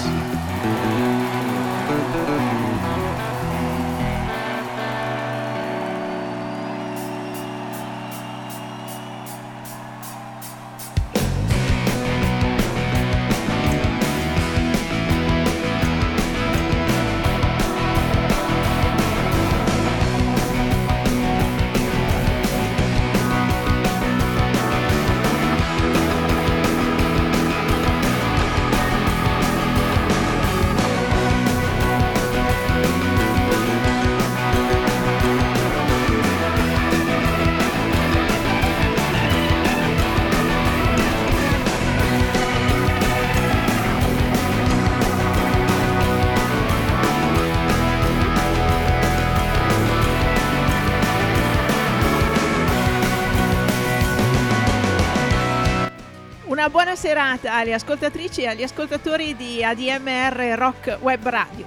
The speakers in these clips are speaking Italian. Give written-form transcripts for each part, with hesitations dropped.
Una buona serata alle ascoltatrici e agli ascoltatori di ADMR Rock Web Radio.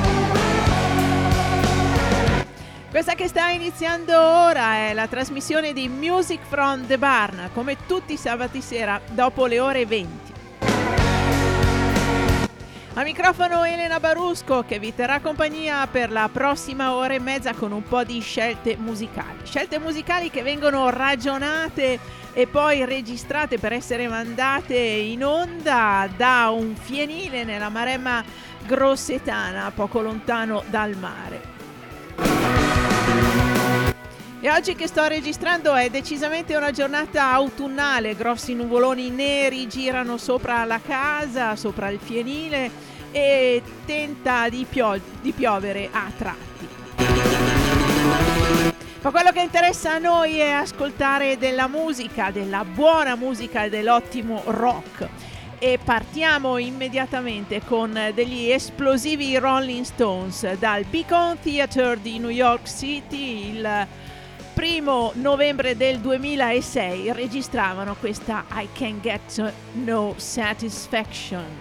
Questa che sta iniziando ora è la trasmissione di Music from the Barn, come tutti i sabati sera dopo le ore 20. Al microfono Elena Barusco che vi terrà compagnia per la prossima ora e mezza con un po' di scelte musicali che vengono ragionate e poi registrate per essere mandate in onda da un fienile nella Maremma grossetana, poco lontano dal mare. E oggi che sto registrando è decisamente una giornata autunnale, grossi nuvoloni neri girano sopra la casa, sopra il fienile e tenta di piovere a tratti. Ma quello che interessa a noi è ascoltare della musica, della buona musica e dell'ottimo rock. E partiamo immediatamente con degli esplosivi Rolling Stones dal Beacon Theatre di New York City. Il 1 novembre del 2006 registravano questa I Can't Get No Satisfaction.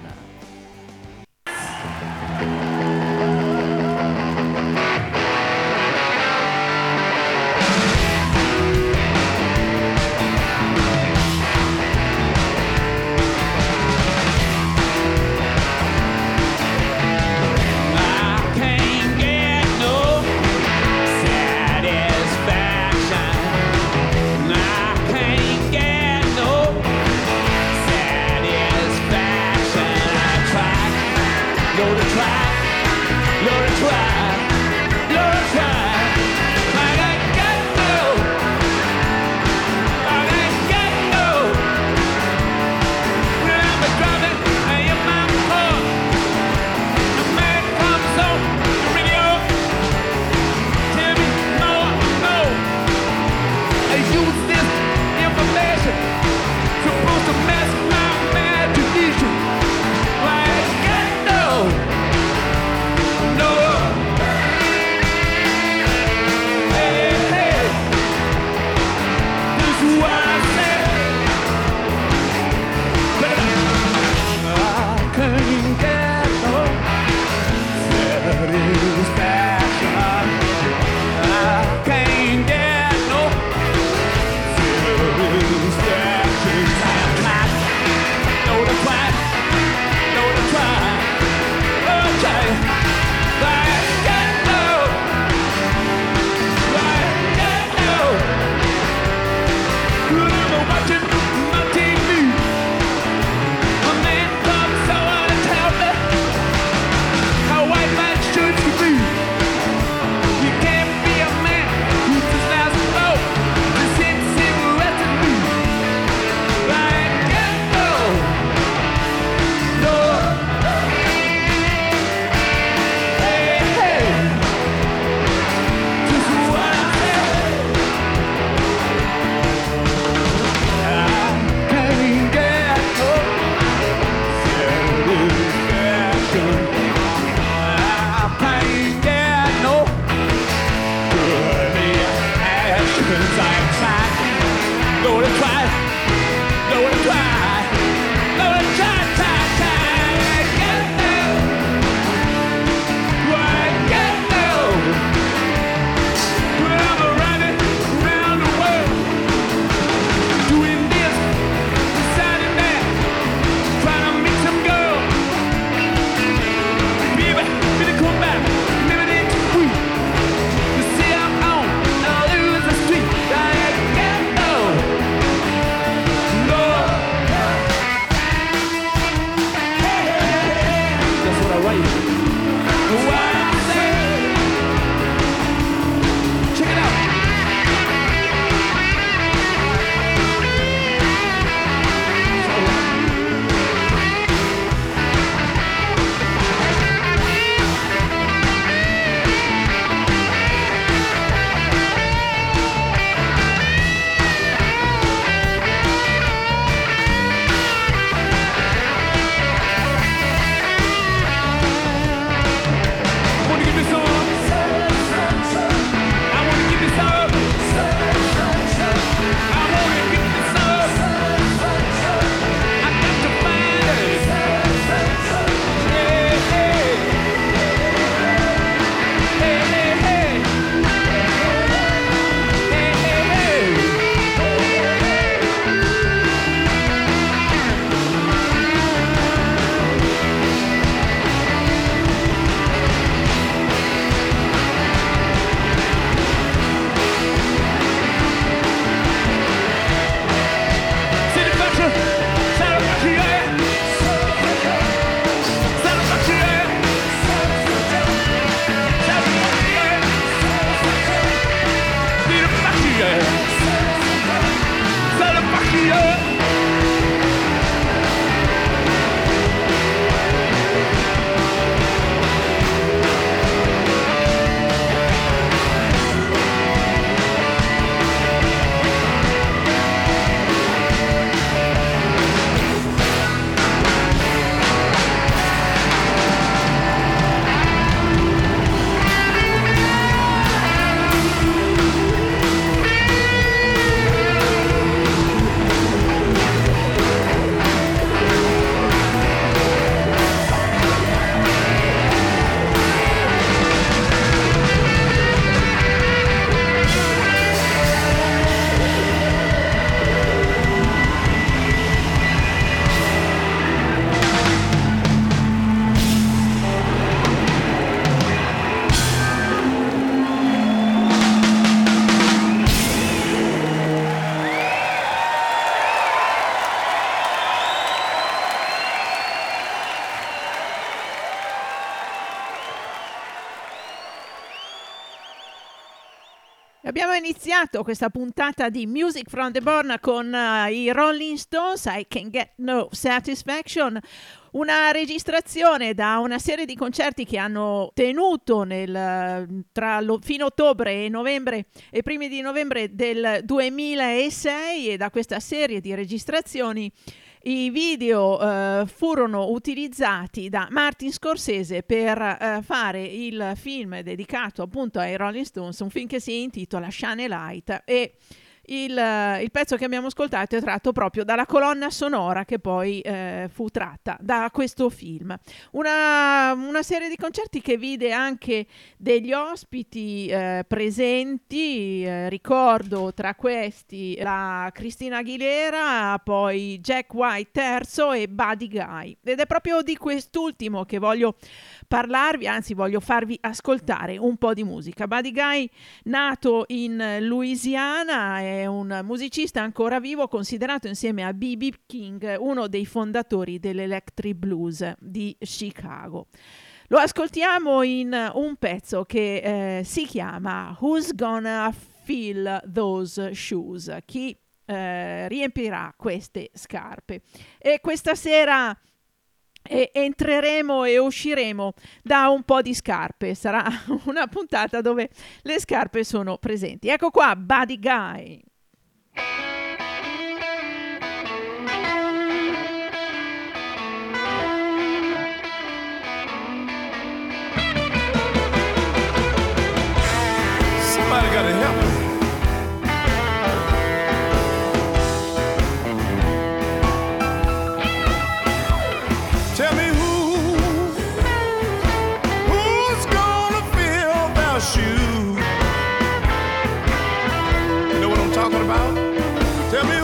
Abbiamo iniziato questa puntata di Music from the Born con i Rolling Stones, I Can Get No Satisfaction, una registrazione da una serie di concerti che hanno tenuto fine ottobre e novembre e primi di novembre del 2006, e da questa serie di registrazioni i video furono utilizzati da Martin Scorsese per fare il film dedicato appunto ai Rolling Stones, un film che si intitola Shine a Light, e il pezzo che abbiamo ascoltato è tratto proprio dalla colonna sonora che poi fu tratta da questo film. Una serie di concerti che vide anche degli ospiti presenti, ricordo tra questi la Christina Aguilera, poi Jack White terzo e Buddy Guy, ed è proprio di quest'ultimo che voglio parlarvi, anzi voglio farvi ascoltare un po' di musica. Buddy Guy, nato in Louisiana, è un musicista ancora vivo, considerato insieme a B.B. King uno dei fondatori dell'electric blues di Chicago. Lo ascoltiamo in un pezzo che si chiama Who's Gonna Fill Those Shoes? Chi riempirà queste scarpe? E questa sera entreremo e usciremo da un po' di scarpe. Sarà una puntata dove le scarpe sono presenti. Ecco qua Buddy Guy. Somebody gotta help me. Tell me who's gonna fill their shoes? You know what I'm talking about? Tell me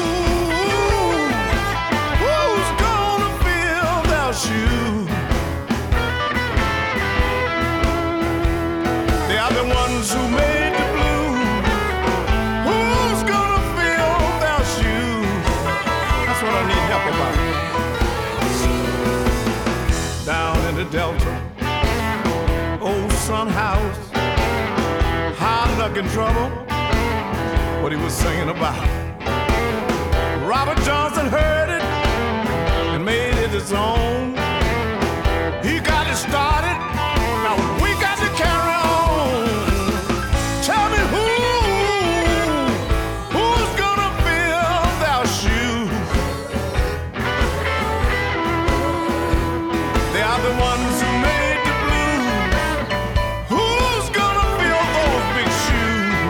who's gonna fill their shoes? They are the ones who made the blues. Who's gonna fill their shoes? That's what I need help about. Down in the Delta, old Sun House, hard luck and trouble, what he was singing about. Robert Johnson heard it and made it his own. He got it started, now we got to carry on. Tell me who's gonna fill their shoes? They are the ones who made the blues. Who's gonna fill those big shoes?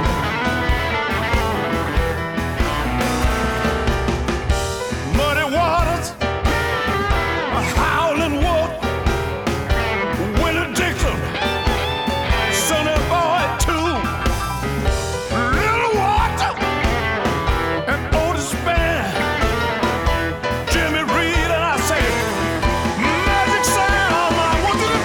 Muddy waters, a howling wolf, Willie Dixon, Sonny Boy too, Little Walter, and Otis Spann, Jimmy Reed, and I say, magic sound, I want you to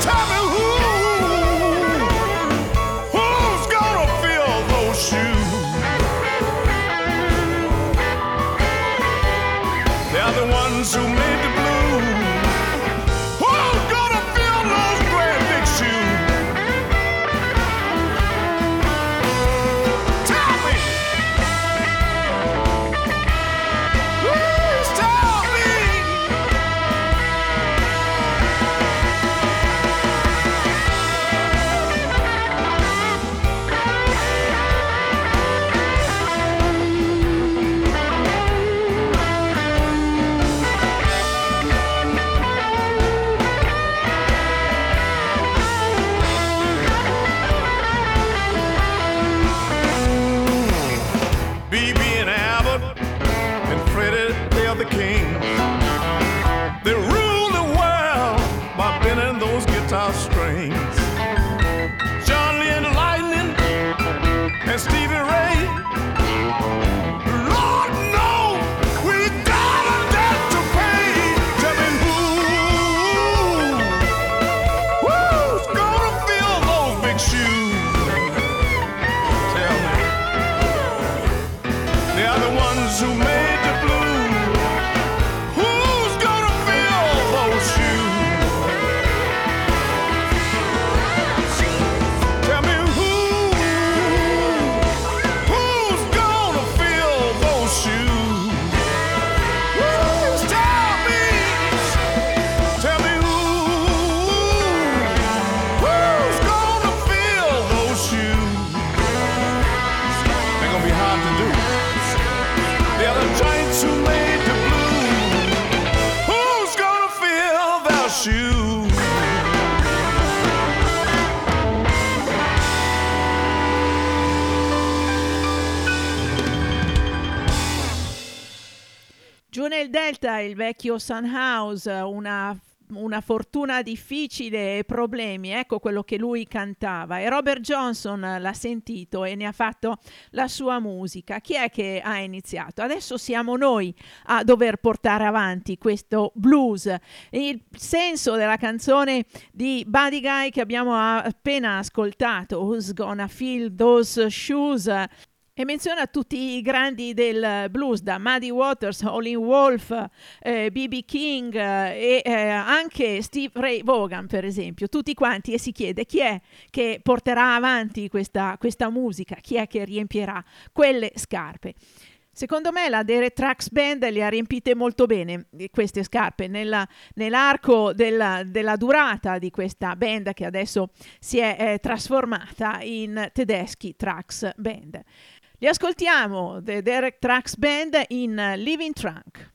del Delta, il vecchio Son House, una fortuna difficile e problemi, ecco quello che lui cantava, e Robert Johnson l'ha sentito e ne ha fatto la sua musica. Chi è che ha iniziato? Adesso siamo noi a dover portare avanti questo blues. Il senso della canzone di Buddy Guy che abbiamo appena ascoltato, Who's Gonna Fill Those Shoes, e menziona tutti i grandi del blues, da Muddy Waters, Howlin' Wolf, B.B. King e anche Steve Ray Vaughan, per esempio, tutti quanti, e si chiede chi è che porterà avanti questa musica, chi è che riempirà quelle scarpe. Secondo me la Derek Trucks Band le ha riempite molto bene queste scarpe nell'arco della durata di questa band, che adesso si è trasformata in Tedeschi Trucks Band. Li ascoltiamo, The Derek Trucks Band, in Living Trunk.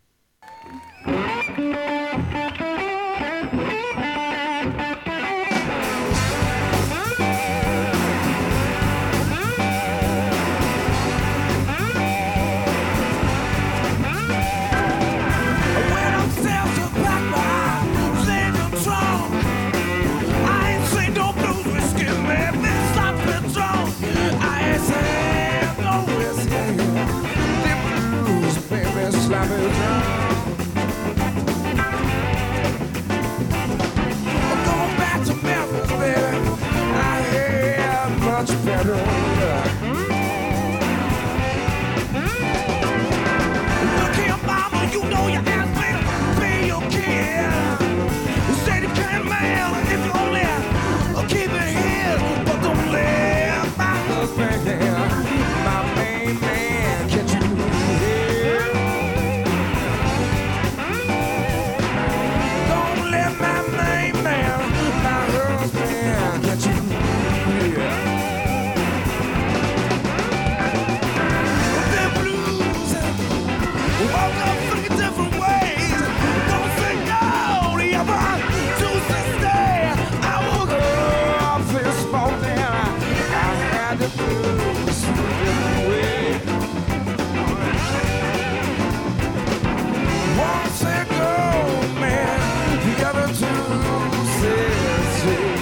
Going back to Memphis, baby, I hear much better. Look here, mama, you know you asked me to pay your kid. You said you can't mail if you only keep it here, but don't let my husband hear my main man. Can't you hear? Don't let my main man, my husband, can't you hear? The blues woke up 3 different ways. Don't say no, the other 2 to stay. I woke up this morning, I had the blues different way. One said go, man, the other 2 said stay.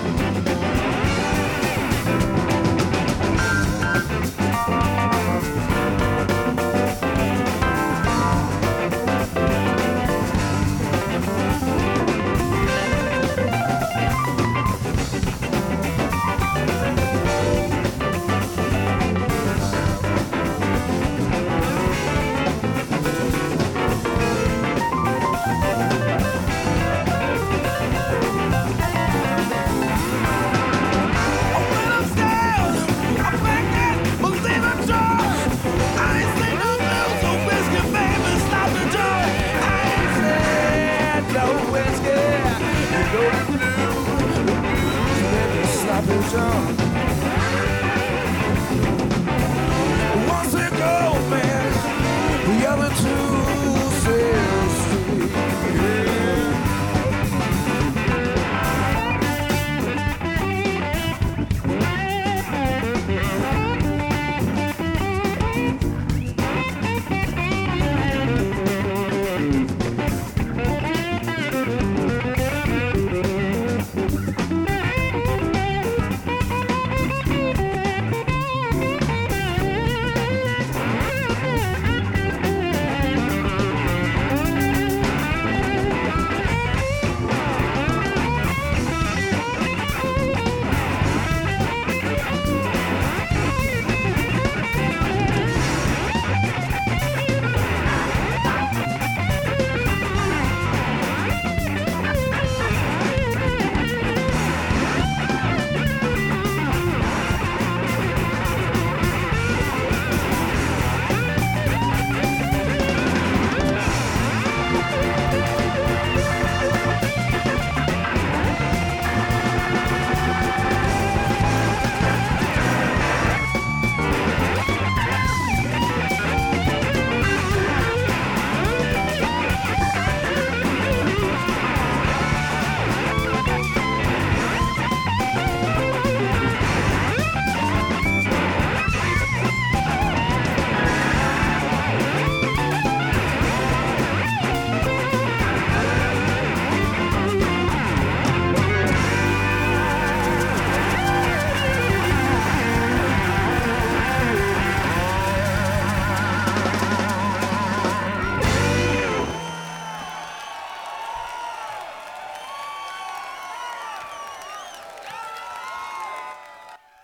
Once it goes, man, the other 2 says stay.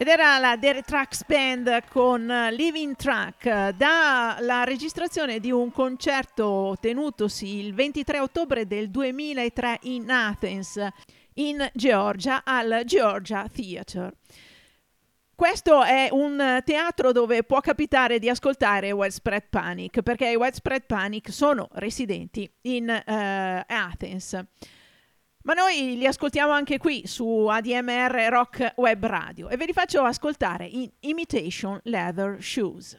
Ed era la Derek Trucks Band con Living Truck, dalla registrazione di un concerto tenutosi il 23 ottobre del 2003 in Athens, in Georgia, al Georgia Theatre. Questo è un teatro dove può capitare di ascoltare Widespread Panic, perché i Widespread Panic sono residenti in Athens. Ma noi li ascoltiamo anche qui su ADMR Rock Web Radio e ve li faccio ascoltare in Imitation Leather Shoes.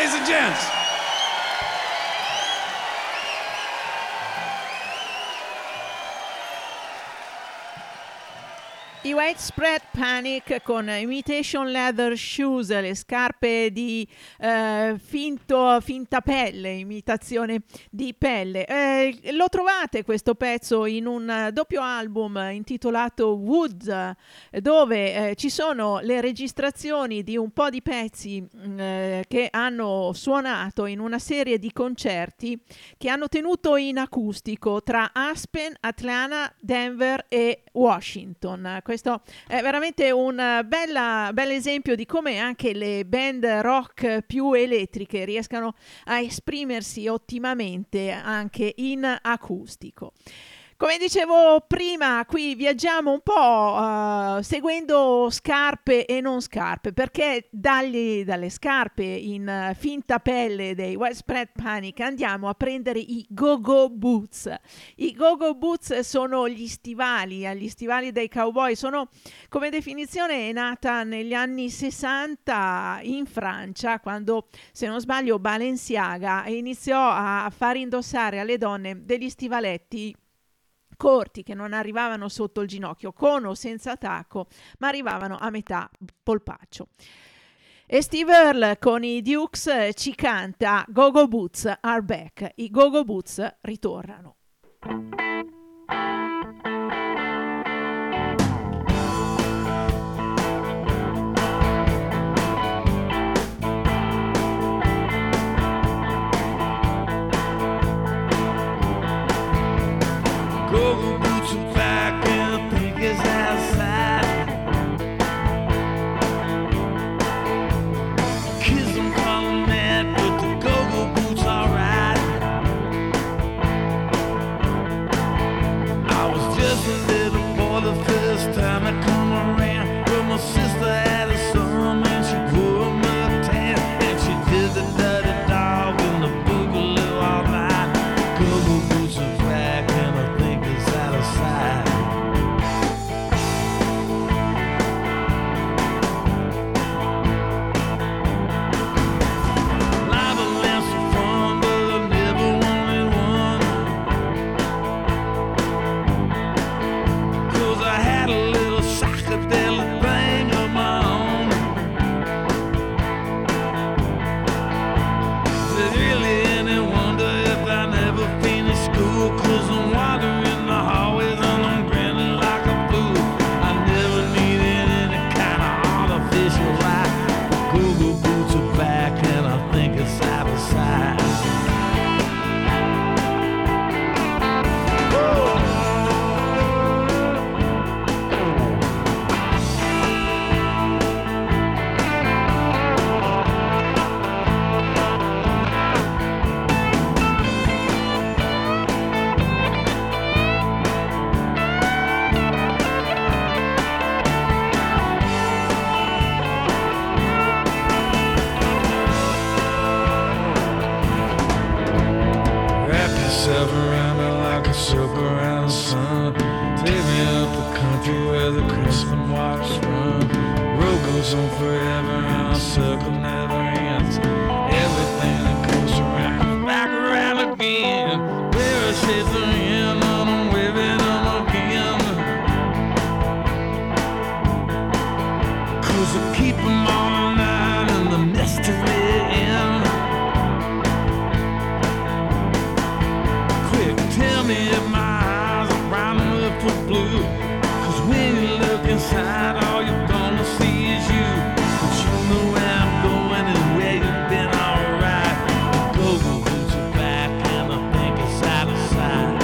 ladies and gents. I Widespread Panic con Imitation Leather Shoes, le scarpe di finta pelle, imitazione di pelle. Lo trovate questo pezzo in un doppio album intitolato Wood, dove ci sono le registrazioni di un po' di pezzi che hanno suonato in una serie di concerti che hanno tenuto in acustico tra Aspen, Atlanta, Denver e Washington. Questo è veramente un bel esempio di come anche le band rock più elettriche riescano a esprimersi ottimamente anche in acustico. Come dicevo prima, qui viaggiamo un po' seguendo scarpe e non scarpe, perché dalle scarpe in finta pelle dei Widespread Panic andiamo a prendere i go-go boots. I go-go boots sono gli stivali dei cowboy, sono come definizione è nata negli anni 60 in Francia, quando, se non sbaglio, Balenciaga iniziò a far indossare alle donne degli stivaletti corti che non arrivavano sotto il ginocchio, con o senza tacco, ma arrivavano a metà polpaccio. E Steve Earle con i Dukes ci canta Go-Go Boots are back. I Go-Go Boots ritornano. Go-go boots are back and the pink is outside. Kids don't call them mad, but the go-go boots alright. I was just a little boy the first time I come around, but my sister had a son and she grew him a tan, and she did the dirty dog in the boogaloo all night. Go-go boots are back and I think it's out of sight. Life and lamps for fun, but I never wanted one. 'Cause I had a little psychedelic thing of my own. Is it really any wonder if I never finished school? 'Cause I'm wandering the hallways and I'm grinning like a fool. I never needed any kind of artificial light. Go-go boots are back and I think it's side by side. Wrap yourself around me like a silk around the sun. Take me up the country where the crimson waters run. Road goes on forever and the circle never ends. Everything that goes around comes back around again. Where it says the end, and I'm waving them again. 'Cause I keep them all night and the mystery end. Quick, tell me if my eyes are brown enough for blue. 'Cause when you look inside, all you're gonna see is you. But you know where I'm going and where you've been alright. Go-go boots are back and I think it's out of sight.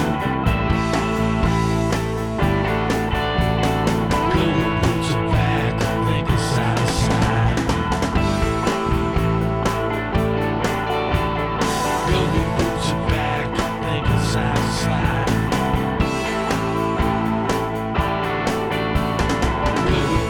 Go-go boots are back, I think it's out of sight. Go-go boots are back, I think it's out of sight. Go-go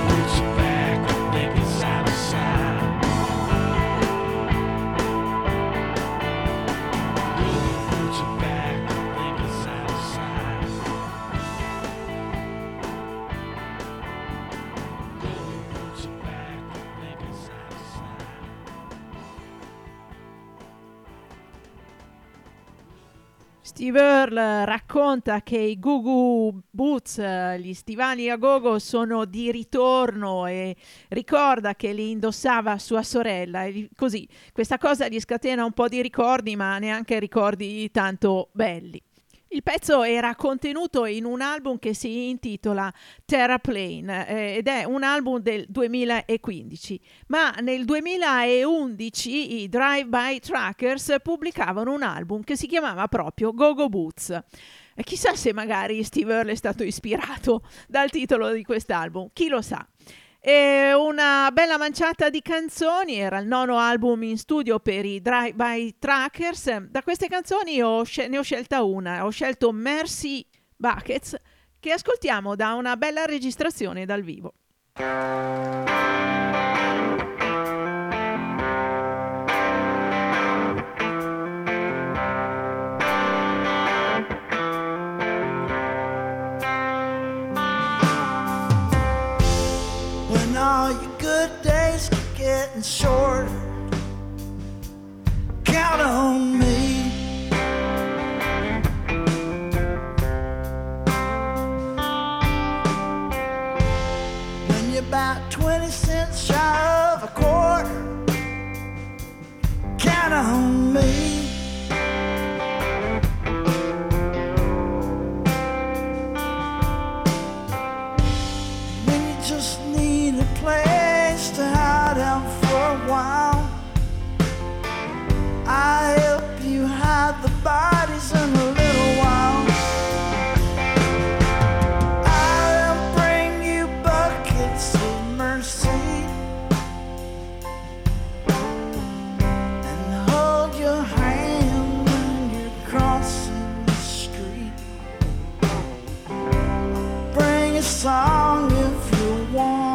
Steve Earle racconta che i Goo Goo Boots, gli stivali a gogo, sono di ritorno e ricorda che li indossava sua sorella e così questa cosa gli scatena un po' di ricordi, ma neanche ricordi tanto belli. Il pezzo era contenuto in un album che si intitola Terraplane ed è un album del 2015, ma nel 2011 i Drive-By Truckers pubblicavano un album che si chiamava proprio Go Go Boots. E chissà se magari Steve Earle è stato ispirato dal titolo di quest'album, chi lo sa. E una bella manciata di canzoni, era il 9º album in studio per i Drive-By Truckers. Da queste canzoni ne ho scelta una, ho scelto Mercy Buckets, che ascoltiamo da una bella registrazione dal vivo. All your good days are getting shorter. Count on me. When you're about 20 cents shy of a quarter, count on me. Place to hide out for a while, I'll help you hide the bodies in a little while. I'll bring you buckets of mercy and hold your hand when you're crossing the street. I'll bring a song if you want.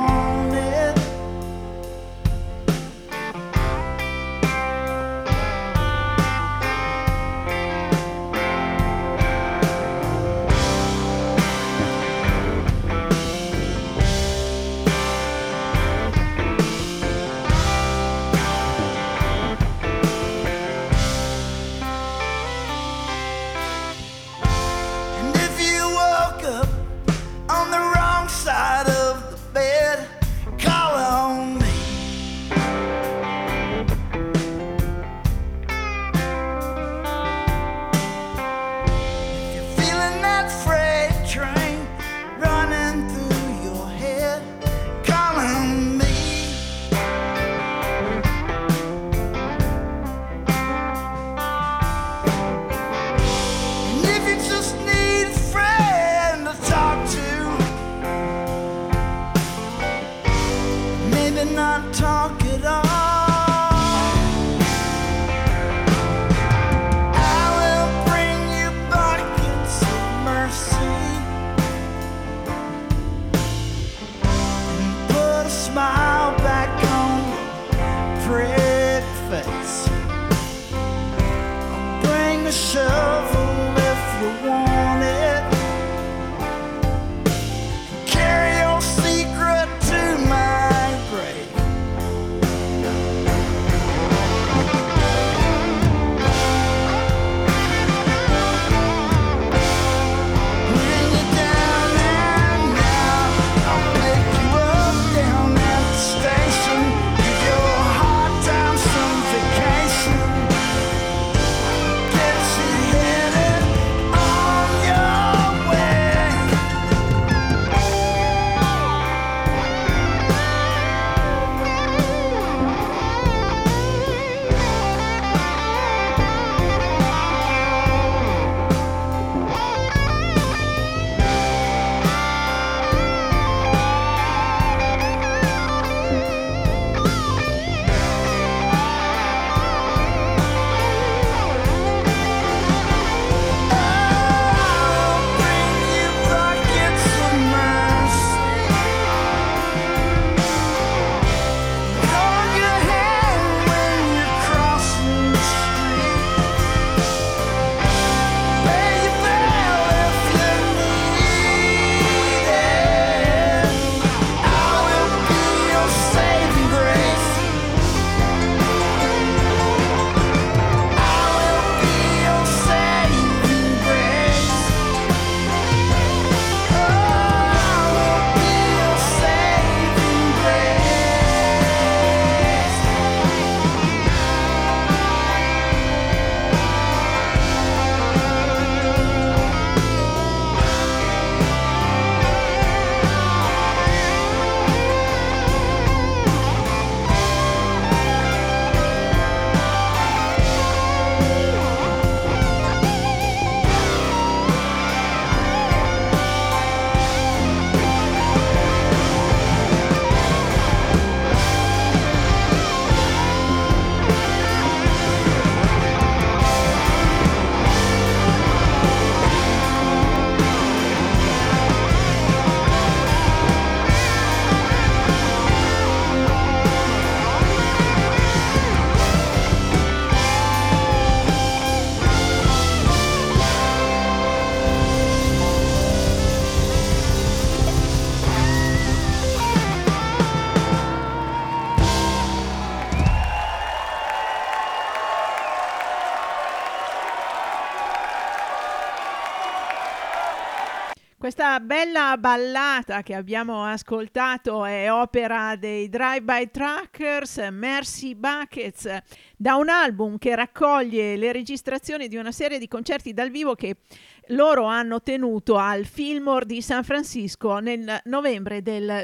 Questa bella ballata che abbiamo ascoltato è opera dei Drive-By Truckers, Mercy Buckets, da un album che raccoglie le registrazioni di una serie di concerti dal vivo che loro hanno tenuto al Fillmore di San Francisco nel novembre del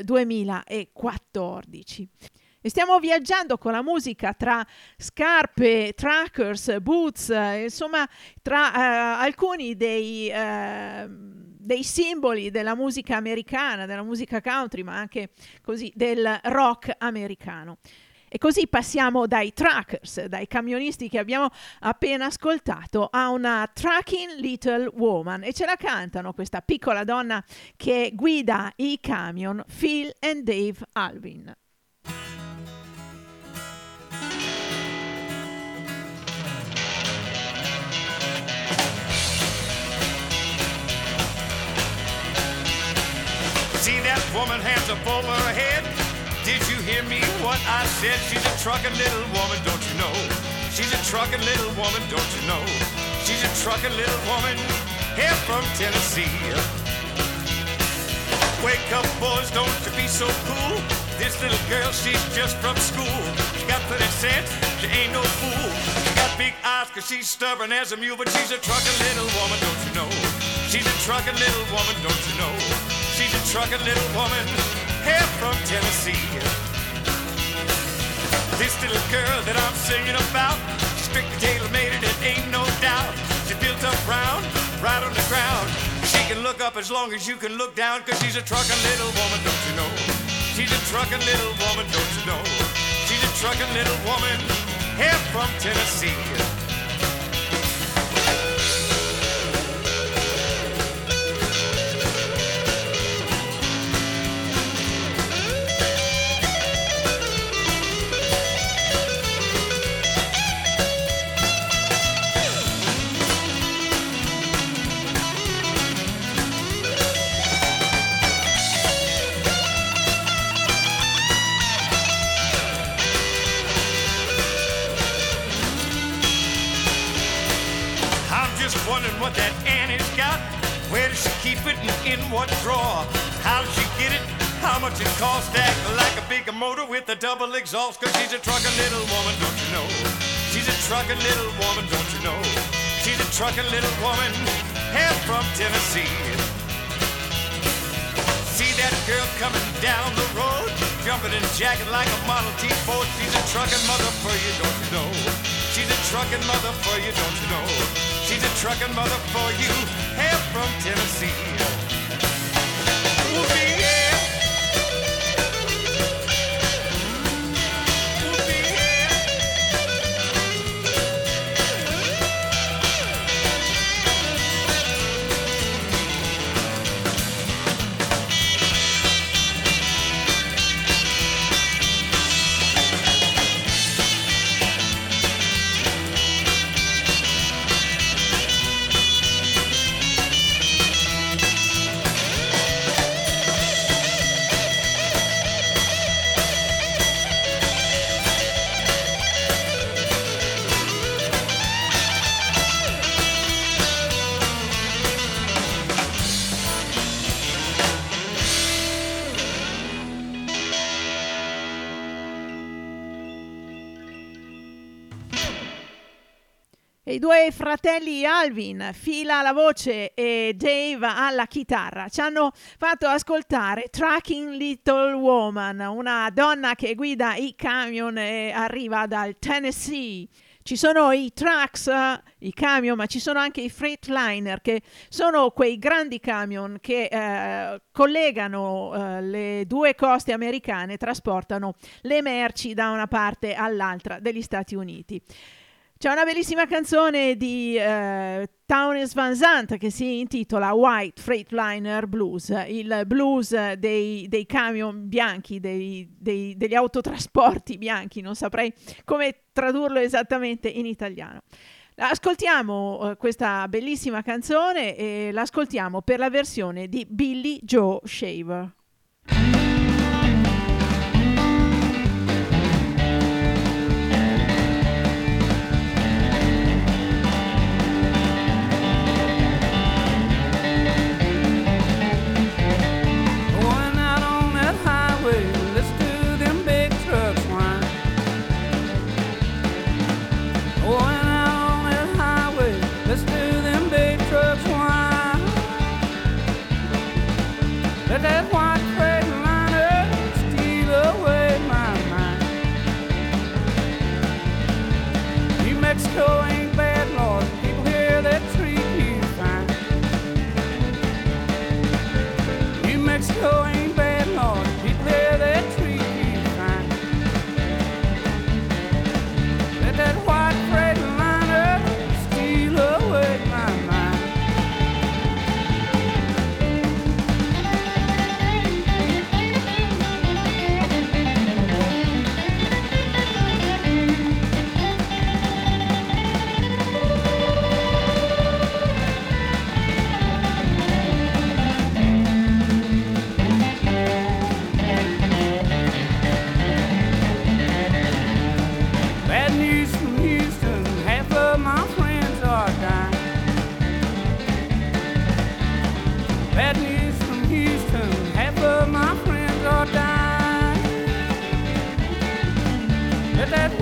2014. E stiamo viaggiando con la musica tra scarpe, trackers, boots, insomma tra alcuni dei simboli della musica americana, della musica country, ma anche così del rock americano. E così passiamo dai truckers, dai camionisti che abbiamo appena ascoltato, a una trucking little woman, e ce la cantano questa piccola donna che guida i camion, Phil and Dave Alvin. See that woman, hands up over her head. Did you hear me what I said? She's a trucking little woman, don't you know? She's a trucking little woman, don't you know? She's a trucking little woman here from Tennessee. Wake up, boys, don't you be so cool. This little girl, she's just from school. She got 30 cents, she ain't no fool. She got big eyes 'cause she's stubborn as a mule, but she's a trucking little woman, don't you know? She's a trucking little woman, don't you know? She's a trucking little woman here from Tennessee. This little girl that I'm singing about, strictly tailor-made, it ain't no doubt. She's built up round, right on the ground. She can look up as long as you can look down, 'cause she's a trucking little woman, don't you know? She's a trucking little woman, don't you know? She's a trucking little woman here from Tennessee. Wondering what that Annie's got. Where does she keep it and in what drawer? How does she get it? How much it costs to act like a big motor with a double exhaust? 'Cause she's a trucking little woman, don't you know? She's a trucking little woman, don't you know? She's a trucking little woman here from Tennessee. See that girl coming down the road, jumping and jacking like a Model T Ford. She's a trucking mother for you, don't you know? She's a trucking mother for you, don't you know? She's a trucking mother for you, here from Tennessee. Ooh, yeah. Ooh, yeah. I due fratelli Alvin, Phil alla voce e Dave alla chitarra, ci hanno fatto ascoltare Trucking Little Woman, una donna che guida i camion e arriva dal Tennessee. Ci sono i trucks, i camion, ma ci sono anche i Freightliner, che sono quei grandi camion che collegano le due coste americane, trasportano le merci da una parte all'altra degli Stati Uniti. C'è una bellissima canzone di Townes Van Zandt che si intitola White Freightliner Blues, il blues dei camion bianchi, degli autotrasporti bianchi, non saprei come tradurlo esattamente in italiano. Ascoltiamo questa bellissima canzone e l'ascoltiamo per la versione di Billy Joe Shaver.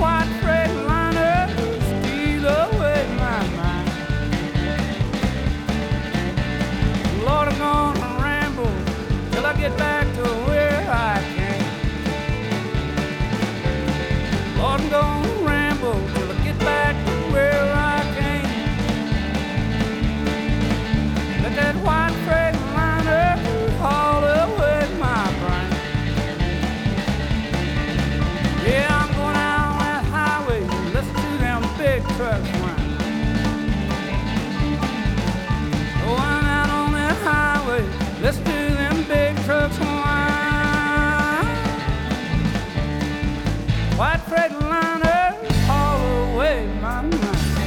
white Freightliner steal away my mind. Lord, I'm gonna ramble till I get back to where I came. Lord, I'm gonna ramble till I get back to where I came. Let that white Freightliner haul away my brain. Yeah, I'm going down that highway, listen to them big trucks whine. Going out on that highway, listen to them big trucks whine. White Freightliner haul away my mind.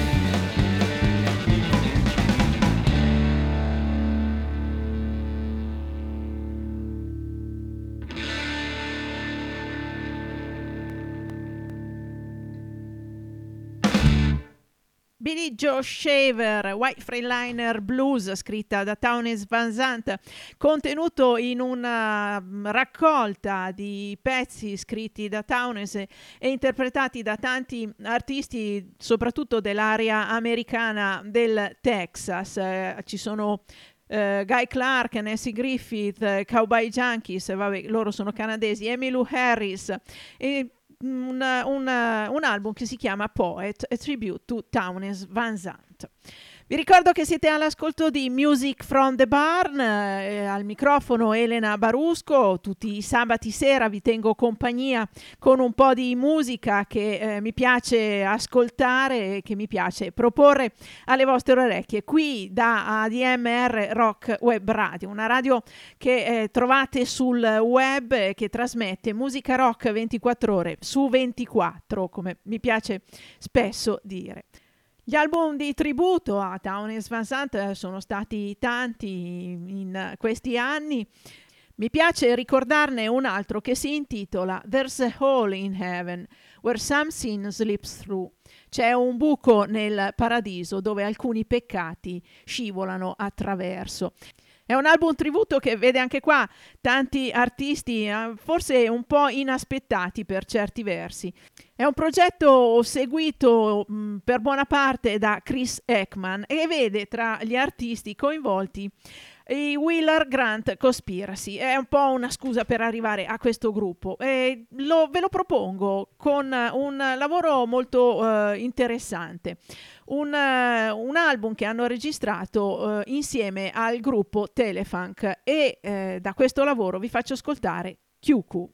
Billy Joe Shaver, White Freightliner Blues, scritta da Townes Van Zandt, contenuto in una raccolta di pezzi scritti da Townes e interpretati da tanti artisti, soprattutto dell'area americana del Texas. Ci sono Guy Clark, Nancy Griffith, Cowboy Junkies, vabbè, loro sono canadesi, Emmylou Harris, e un album che si chiama Poet, a tribute to Townes Van Zandt. Vi ricordo che siete all'ascolto di Music from the Barn, al microfono Elena Barusco. Tutti i sabati sera vi tengo compagnia con un po' di musica che mi piace ascoltare e che mi piace proporre alle vostre orecchie qui da ADMR Rock Web Radio, una radio che trovate sul web, che trasmette musica rock 24 ore su 24, come mi piace spesso dire. Gli album di tributo a Townes Van Zandt sono stati tanti in questi anni. Mi piace ricordarne un altro che si intitola There's a Hole in Heaven Where Some Sin Slips Through. C'è un buco nel paradiso dove alcuni peccati scivolano attraverso. È un album tributo che vede anche qua tanti artisti, forse un po' inaspettati per certi versi. È un progetto seguito per buona parte da Chris Ekman e vede tra gli artisti coinvolti i Wheeler Grant Conspiracy. È un po' una scusa per arrivare a questo gruppo e ve lo propongo con un lavoro molto interessante, un album che hanno registrato insieme al gruppo Telefunk e da questo lavoro vi faccio ascoltare QQ.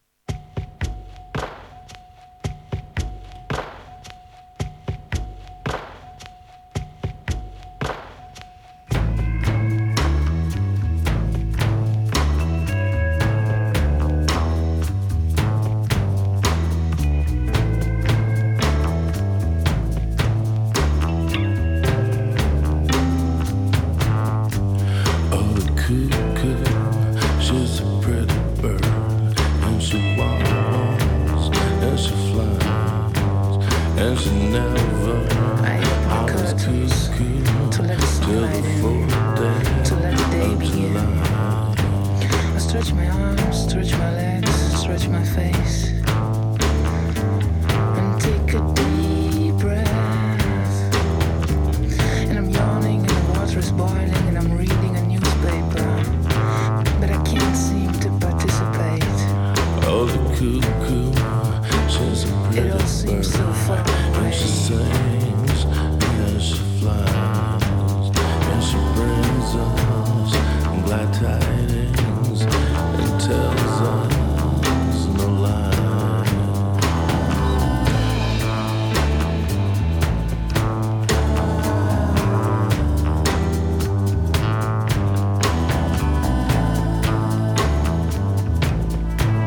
She's a pretty bird, and she walks, and she flies, and she never always cuckoo till the full day, to let the day begin. I stretch my arms, stretch my legs, stretch my face, and take a deep breath. And I'm yawning, and the water is boiling, and I'm reading a newspaper, but I can't seem to participate. Oh, the cuckoo, she's a pretty It all seems so far away. and she sings, and she flies, and she brings us glad tidings and tells us no lie.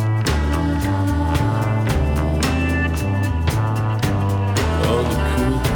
Oh, the cuckoo,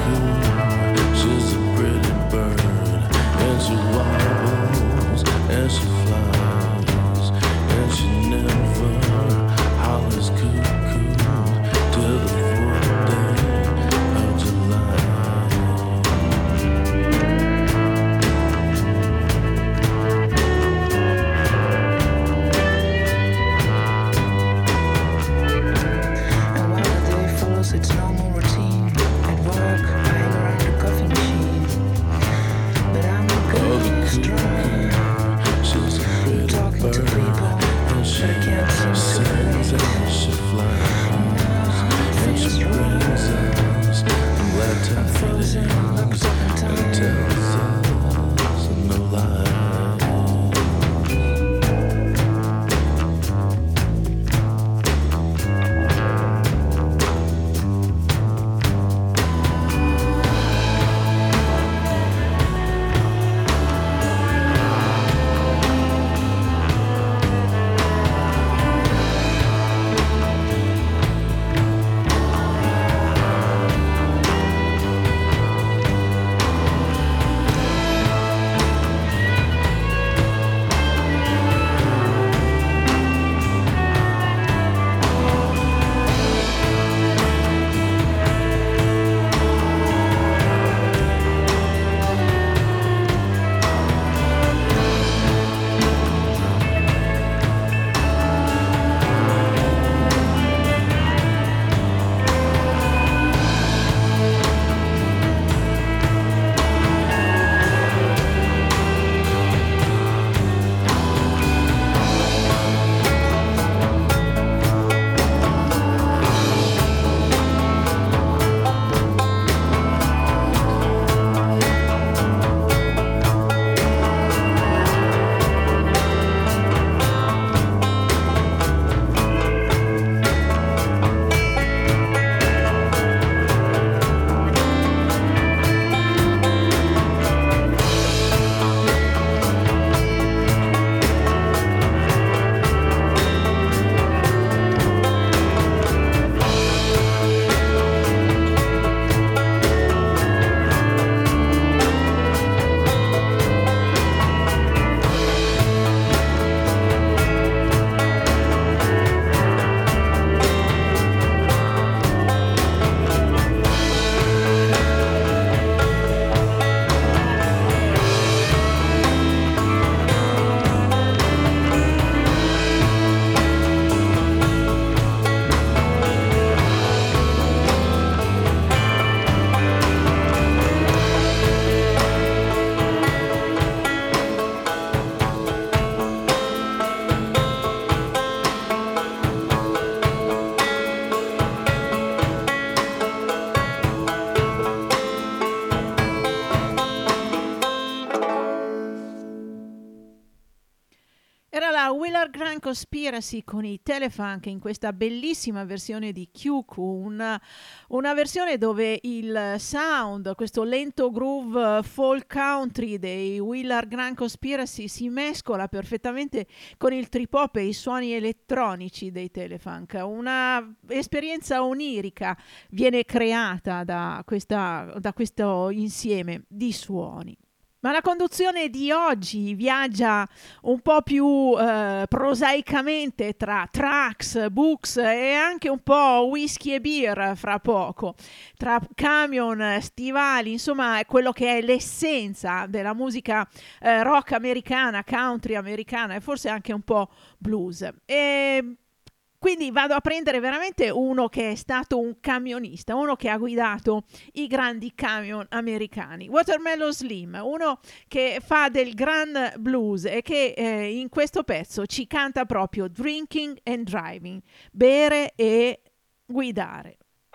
Grand Conspiracy con i Telefunk in questa bellissima versione di Kyuku, una versione dove il sound, questo lento groove folk country dei Willard Grand Conspiracy si mescola perfettamente con il trip hop e i suoni elettronici dei Telefunk. Una esperienza onirica viene creata da questo insieme di suoni. Ma la conduzione di oggi viaggia un po' più prosaicamente tra tracks, books e anche un po' whisky e beer fra poco, tra camion, stivali, insomma è quello che è l'essenza della musica rock americana, country americana e forse anche un po' blues. E quindi vado a prendere veramente uno che è stato un camionista, uno che ha guidato i grandi camion americani. Watermelon Slim, uno che fa del gran blues e che in questo pezzo ci canta proprio drinking and driving, bere e guidare.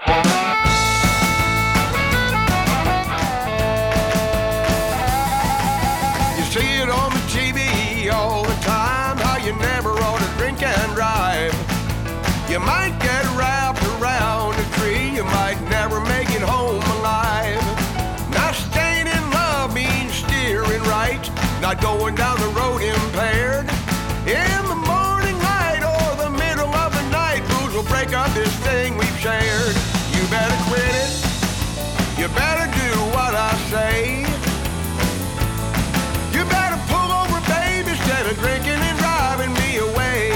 You see it on the TV all the time, how you never ought to drink and drive. You might get wrapped around a tree, you might never make it home alive. Not staying in love means steering right, not going down the road impaired. In the morning light or the middle of the night, booze will break up this thing we've shared. You better quit it, you better do what I say. You better pull over, baby, instead of drinking and driving me away.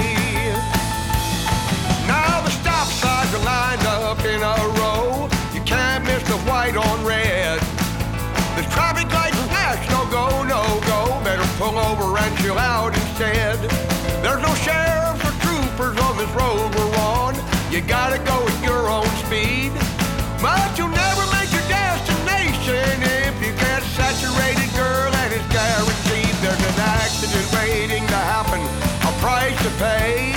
Lined up in a row, you can't miss the white on red. The traffic lights flash, no go, no go. Better pull over and chill out instead. There's no sheriffs or troopers on this road we're on. You gotta go at your own speed, but you'll never make your destination if you get saturated, girl, and it's guaranteed. There's an accident waiting to happen, a price to pay.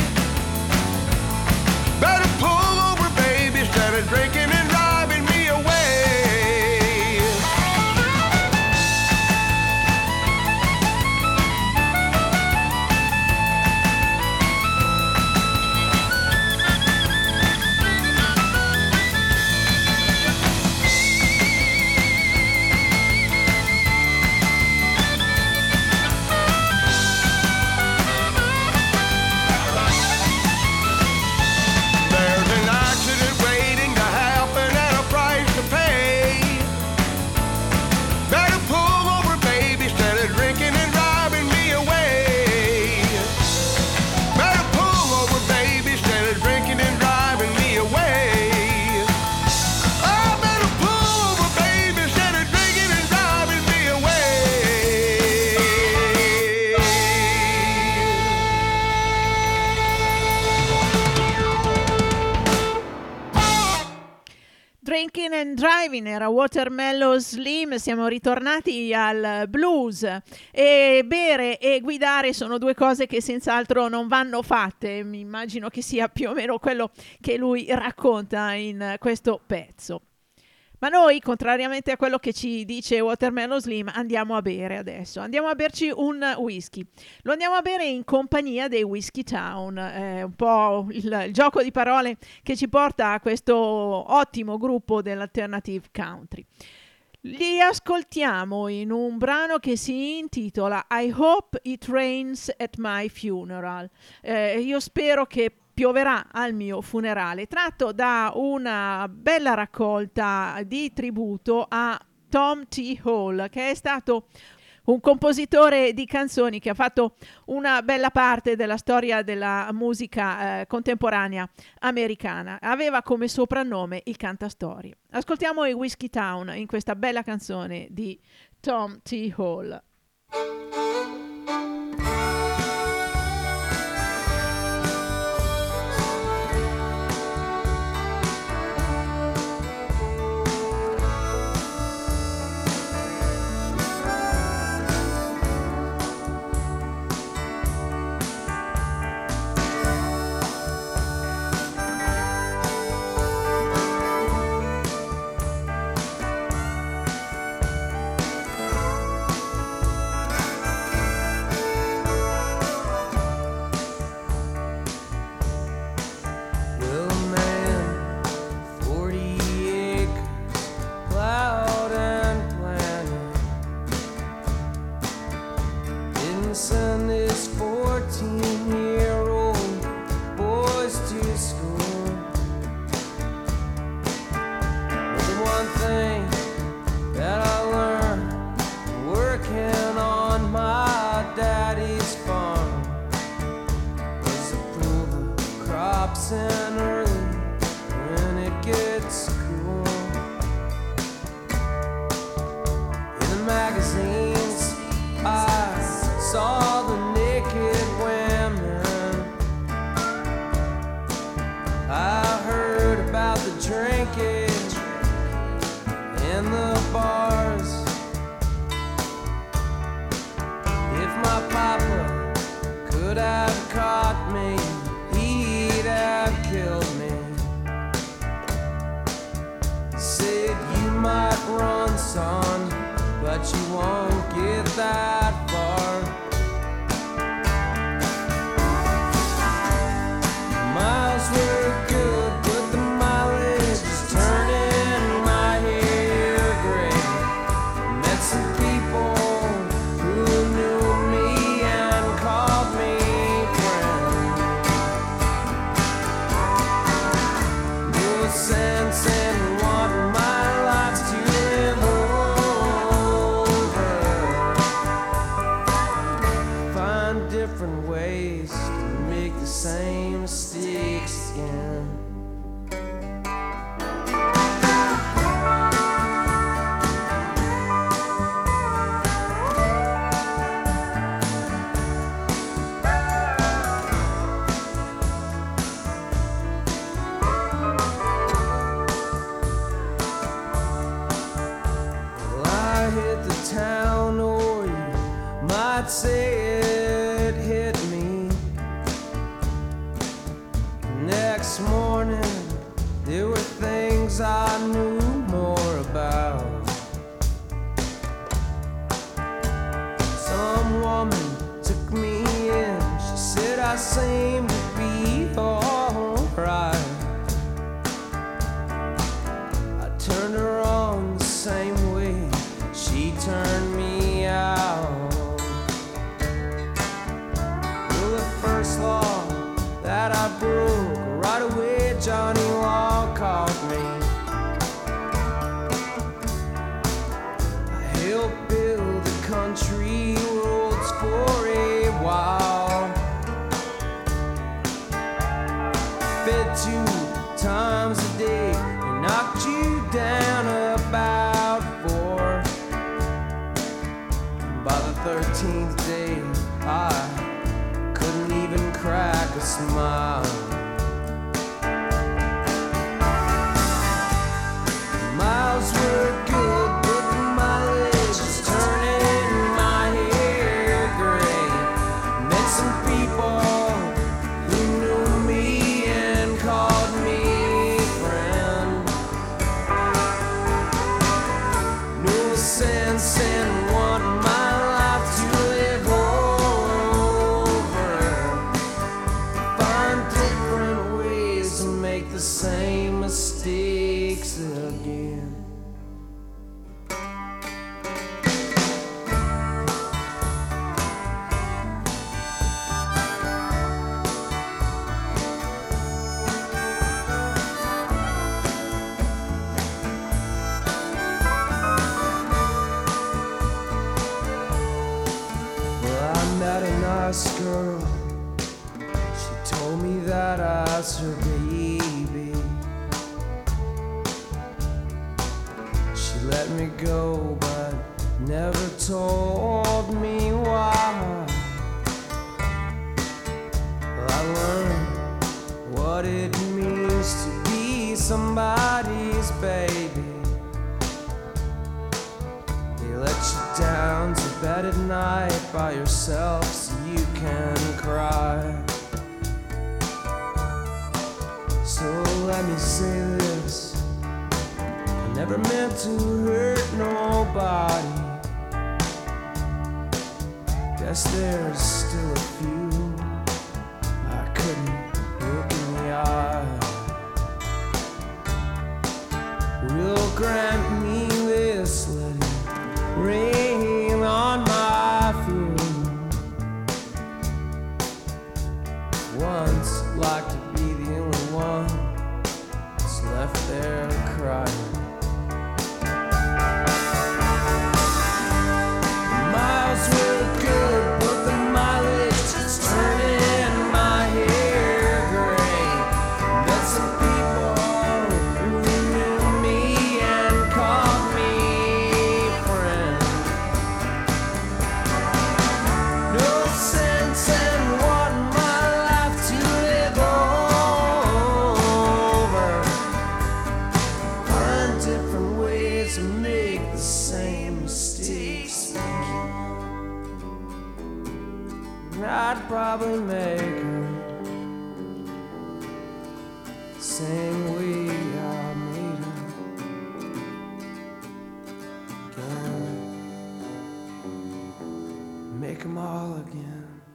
Better pull over, baby, instead of drinking and driving me away. Drinking and Driving era Watermelon Slim. Siamo ritornati al blues, e bere e guidare sono due cose che senz'altro non vanno fatte. Mi immagino che sia più o meno quello che lui racconta in questo pezzo. Ma noi, contrariamente a quello che ci dice Watermelon Slim, andiamo a bere adesso. Andiamo a berci un whisky. Lo andiamo a bere in compagnia dei Whiskey Town. Un po' il gioco di parole che ci porta a questo ottimo gruppo dell'alternative country. Li ascoltiamo in un brano che si intitola I Hope It Rains at My Funeral. Io spero che pioverà al mio funerale, tratto da una bella raccolta di tributo a Tom T. Hall, che è stato un compositore di canzoni che ha fatto una bella parte della storia della musica contemporanea americana. Aveva come soprannome il cantastorie. Ascoltiamo i Whiskey Town in questa bella canzone di Tom T. Hall. drinking in the bars. If my papa could have caught me, he'd have killed me. Said you might run, son, but you won't get that far. Miles were good, but the mileage is turning my hair gray. Met some people who knew me and called me friend. No sense in wanting my life to live over. Find different ways to make the same mistakes again. Well, I hit the town, or you might say it hit me. Next morning, there were things I knew more about. Some woman took me in. She said I seemed to be alright. I turned her on the same way she turned me out. Well, the first law that I broke, right away Johnny Law called me. I helped build the country roads for a while. Fed 2 times a day and knocked you down about 4. By the 13th day, I couldn't even crack a smile. Miles were good, but the mileage is turning my hair gray. Met some people who knew me and called me friend. No sense in wanting my life to live over. Find different ways to make the same mistakes again. Well, I met a nice girl. She told me that I was her baby. She let me go, but never told me why. Well, I learned what it means to be somebody's baby. They let you down to bed at night by yourself so you can cry. So let me say this, I never meant to hurt nobody. Guess there's still a few I couldn't look in the eye. Will grant me this, let it rain on my feeling. Once like to be the only one that's left there crying. Miles were good, but the mileage is turning my hair gray. Met some people who knew me and called Rainmaker, saying we are made again. Make them all again.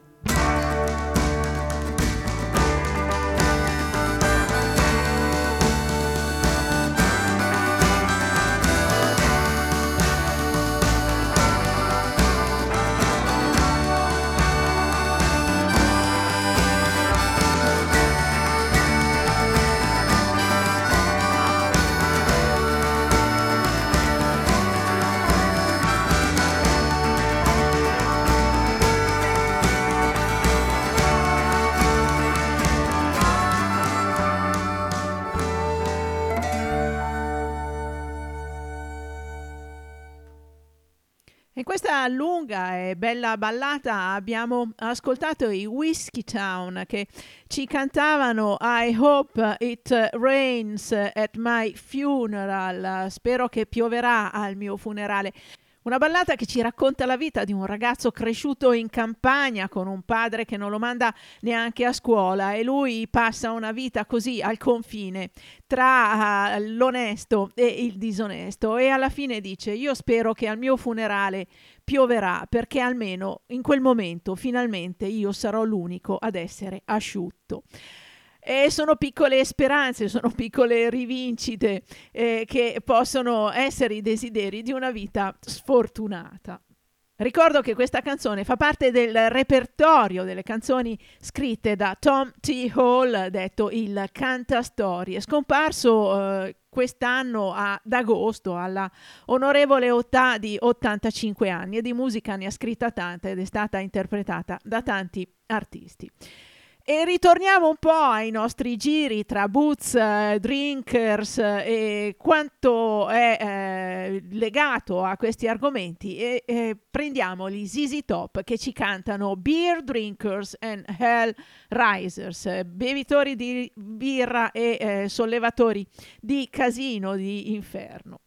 In questa lunga e bella ballata abbiamo ascoltato i Whiskey Town che ci cantavano I hope it rains at my funeral, spero che pioverà al mio funerale. Una ballata che ci racconta la vita di un ragazzo cresciuto in campagna con un padre che non lo manda neanche a scuola e lui passa una vita così al confine tra l'onesto e il disonesto e alla fine dice: io spero che al mio funerale pioverà perché almeno in quel momento finalmente io sarò l'unico ad essere asciutto. E sono piccole speranze, sono piccole rivincite che possono essere i desideri di una vita sfortunata. Ricordo che questa canzone fa parte del repertorio delle canzoni scritte da Tom T. Hall, detto il Cantastorie, scomparso quest'anno ad agosto alla onorevole età di 85 anni, e di musica ne ha scritta tanta ed è stata interpretata da tanti artisti. E ritorniamo un po' ai nostri giri tra boots, drinkers e quanto è legato a questi argomenti e prendiamo gli ZZ Top che ci cantano Beer Drinkers and Hell Risers, bevitori di birra e sollevatori di casino, di inferno.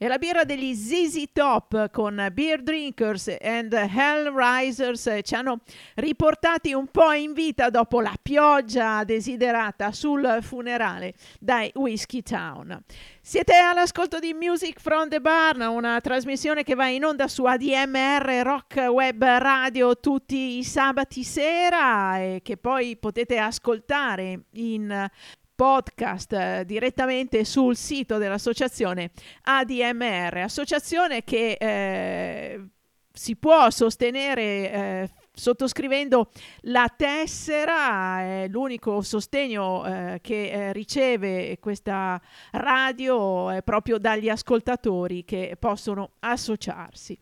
E la birra degli ZZ Top con Beer Drinkers and Hellraisers ci hanno riportati un po' in vita dopo la pioggia desiderata sul funerale dai Whiskey Town. Siete all'ascolto di Music from the Barn, una trasmissione che va in onda su ADMR Rock Web Radio tutti i sabati sera e che poi potete ascoltare in podcast direttamente sul sito dell'associazione ADMR, associazione che si può sostenere sottoscrivendo la tessera. È l'unico sostegno che riceve questa radio è proprio dagli ascoltatori che possono associarsi.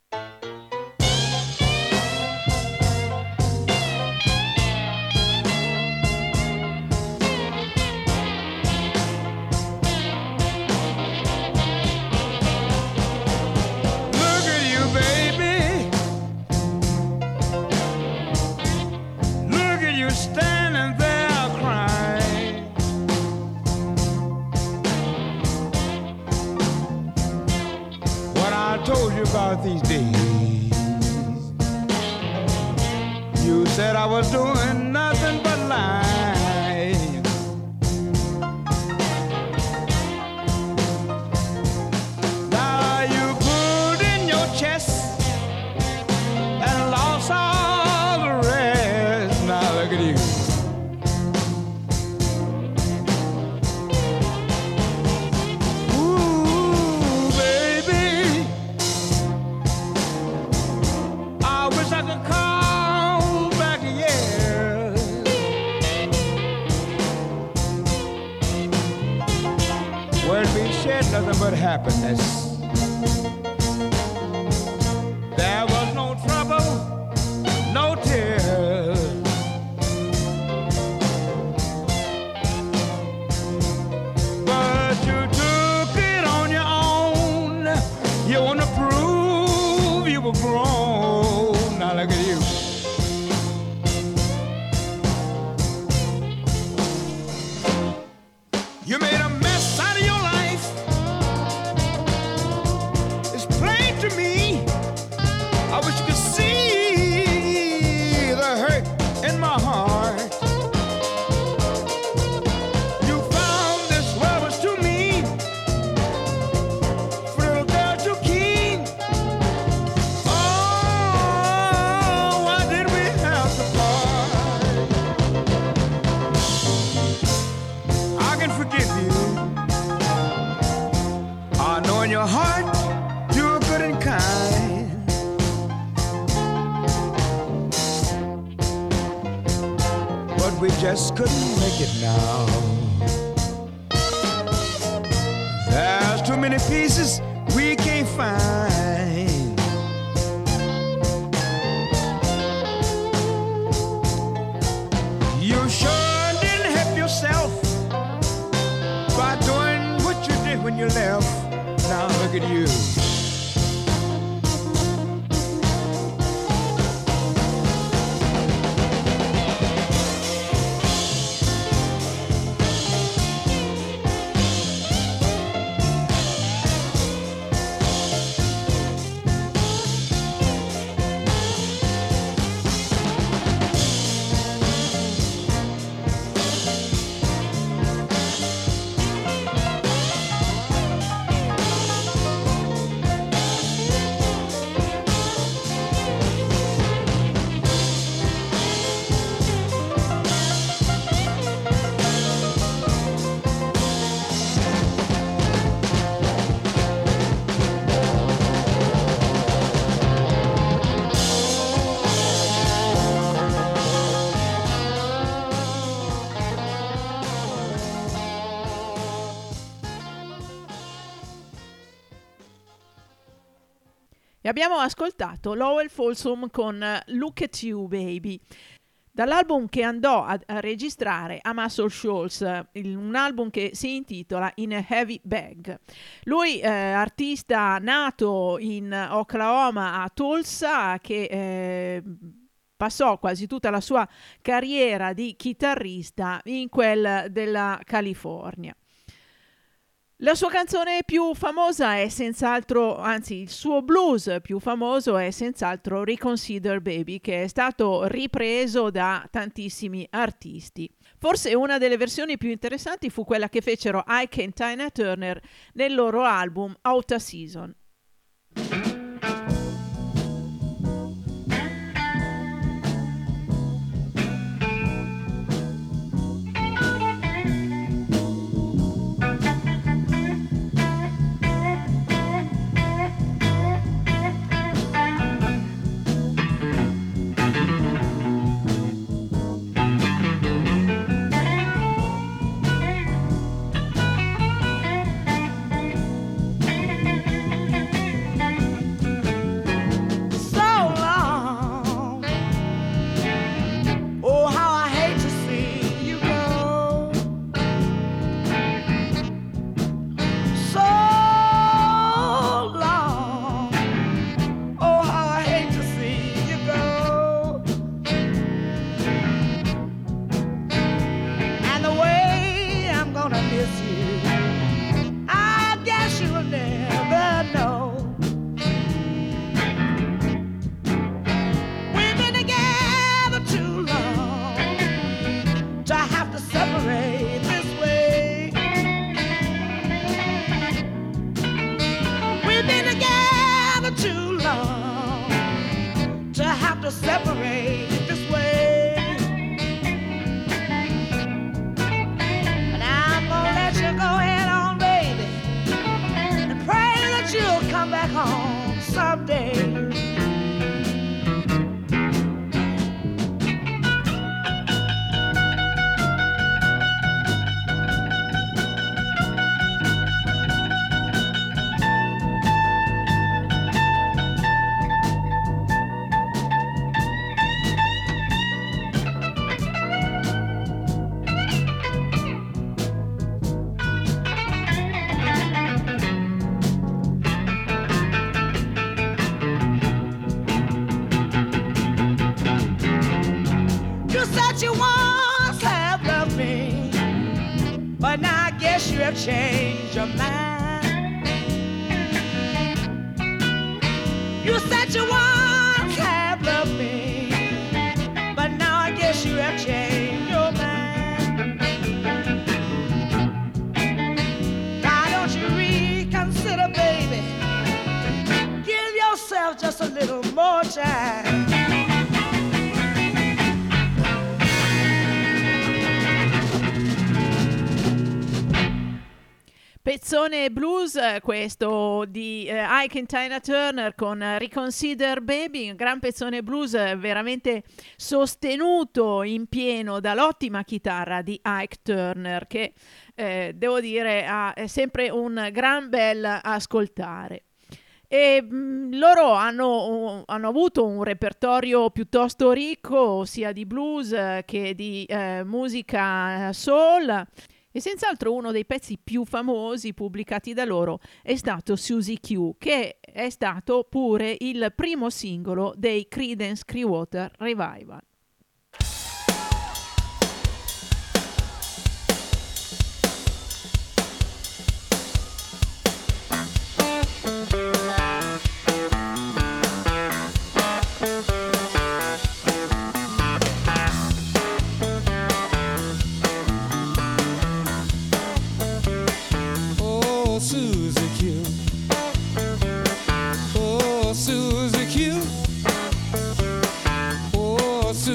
Standing there crying. What I told you about these days, you said I was doing nothing but lying. Now you pulled in your chest and lost all the rest. Now look at you. Ooh, baby, I wish I could call back years. Where we shed nothing but happiness. There was no trouble, no tears. But you took it on your own. You want to prove you were grown. Now look at you. You made a mess out of your life. It's plain to me. I wish you could see the hurt in my heart. You found this world was too mean for a little girl too keen. Oh, why did we have to part? I can forgive you. I know in your heart you're good and kind. But we just couldn't make it now. There's too many pieces we can't find. You sure didn't help yourself by doing what you did when you left. Now look at you. E abbiamo ascoltato Lowell Folsom con Look at You Baby, dall'album che andò a registrare a Muscle Shoals, un album che si intitola In a Heavy Bag. Lui artista nato in Oklahoma a Tulsa, che passò quasi tutta la sua carriera di chitarrista in quel della California. La sua canzone più famosa è senz'altro, anzi il suo blues più famoso è senz'altro Reconsider Baby, che è stato ripreso da tantissimi artisti. Forse una delle versioni più interessanti fu quella che fecero Ike e Tina Turner nel loro album Out of Season. Change your mind. You said you once have loved me, but now I guess you have changed your mind. Why don't you reconsider, baby? Give yourself just a little more time. Pezzone blues questo di Ike e Tina Turner con Reconsider Baby, un gran pezzone blues veramente sostenuto in pieno dall'ottima chitarra di Ike Turner, che devo dire è sempre un gran bel ascoltare. E loro hanno avuto un repertorio piuttosto ricco sia di blues che di musica soul. E senz'altro uno dei pezzi più famosi pubblicati da loro è stato Susie Q, che è stato pure il primo singolo dei Creedence Clearwater Revival. Susie Q.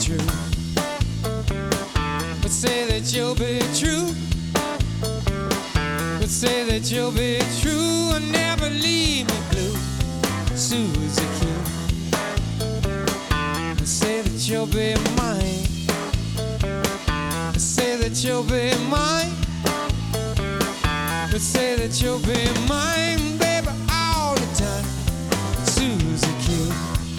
true. But say that you'll be true. But say that you'll be true and never leave me blue, Susie Q. But say that you'll be mine. But say that you'll be mine. But say that you'll be mine, baby, all the time, Susie Q.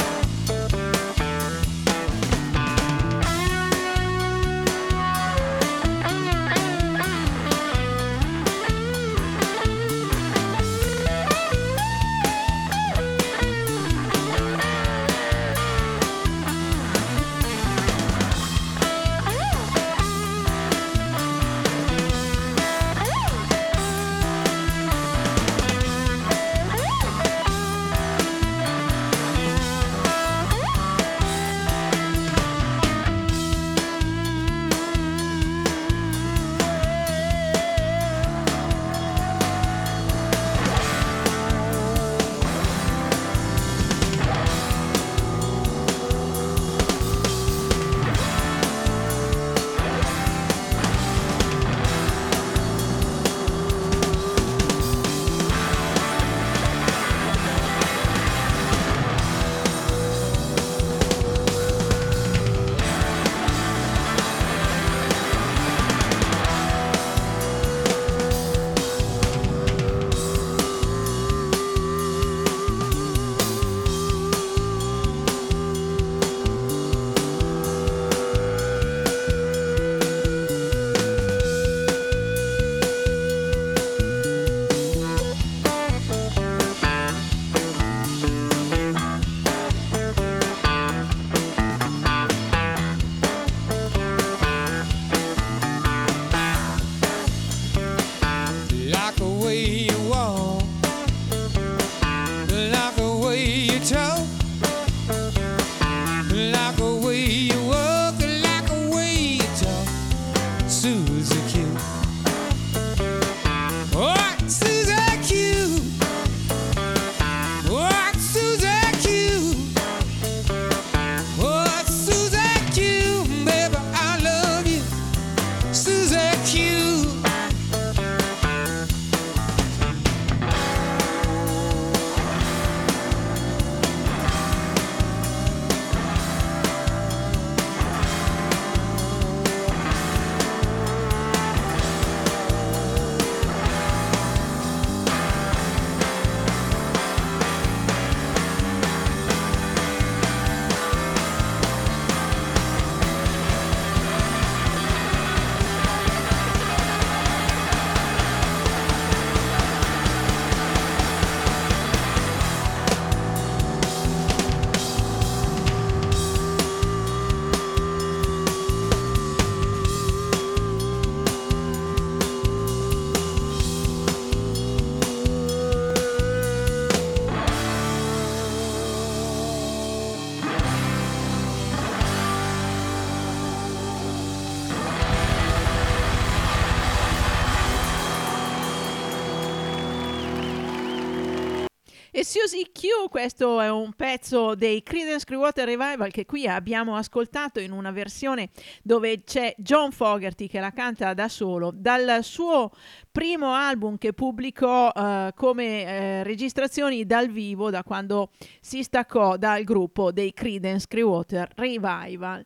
E Susie Q, questo è un pezzo dei Creedence Clearwater Revival che qui abbiamo ascoltato in una versione dove c'è John Fogerty che la canta da solo, dal suo primo album che pubblicò come registrazioni dal vivo da quando si staccò dal gruppo dei Creedence Clearwater Revival.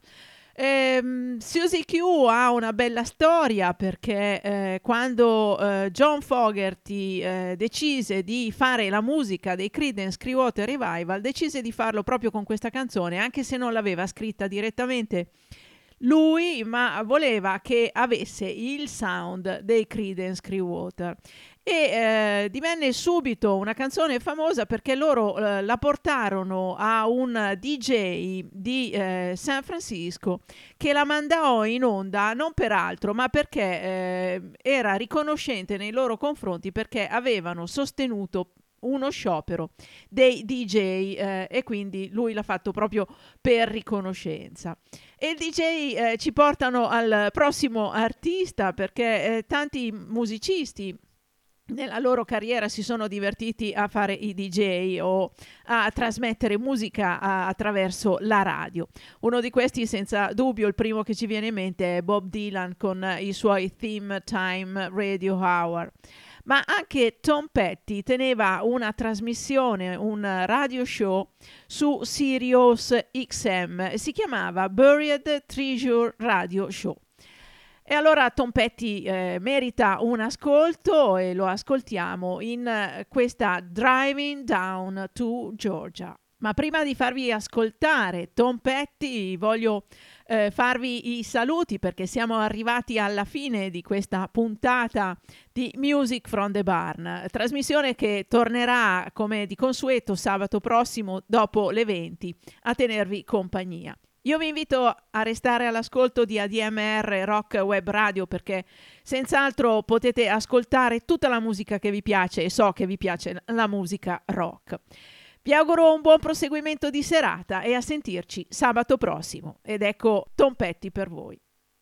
Susie Q ha una bella storia perché quando John Fogerty decise di fare la musica dei Creedence Clearwater Revival, decise di farlo proprio con questa canzone, anche se non l'aveva scritta direttamente lui, ma voleva che avesse il sound dei Creedence Clearwater. E divenne subito una canzone famosa perché loro la portarono a un DJ di San Francisco che la mandò in onda non per altro ma perché era riconoscente nei loro confronti perché avevano sostenuto uno sciopero dei DJ e quindi lui l'ha fatto proprio per riconoscenza. E il DJ ci portano al prossimo artista perché tanti musicisti nella loro carriera si sono divertiti a fare i DJ o a trasmettere musica attraverso la radio. Uno di questi, senza dubbio, il primo che ci viene in mente è Bob Dylan con i suoi Theme Time Radio Hour. Ma anche Tom Petty teneva una trasmissione, un radio show su Sirius XM, si chiamava Buried Treasure Radio Show. E allora Tom Petty merita un ascolto e lo ascoltiamo in questa Driving Down to Georgia. Ma prima di farvi ascoltare Tom Petty voglio farvi i saluti, perché siamo arrivati alla fine di questa puntata di Music from the Barn, trasmissione che tornerà come di consueto sabato prossimo dopo le 20 a tenervi compagnia. Io vi invito a restare all'ascolto di ADMR Rock Web Radio, perché senz'altro potete ascoltare tutta la musica che vi piace, e so che vi piace la musica rock. Vi auguro un buon proseguimento di serata e a sentirci sabato prossimo. Ed ecco Tom Petty per voi.